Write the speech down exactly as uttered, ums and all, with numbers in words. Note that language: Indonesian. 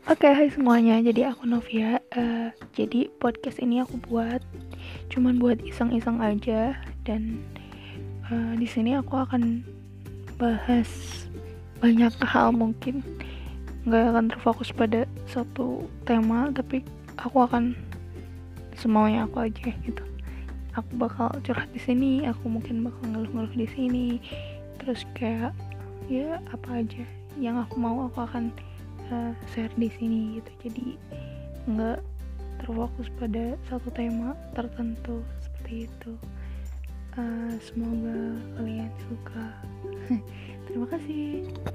Oke, hai semuanya. Jadi aku Novia. Uh, jadi podcast ini aku buat cuman buat iseng-iseng aja, dan uh, di sini aku akan bahas banyak hal, mungkin nggak akan terfokus pada satu tema, tapi aku akan semaunya aku aja gitu. Aku bakal curhat di sini, aku mungkin bakal ngeluh-ngeluh di sini, terus kayak ya apa aja yang aku mau aku akan uh, share di sini gitu. Jadi nggak terfokus pada satu tema tertentu seperti itu. Uh, semoga kalian suka. Terima kasih.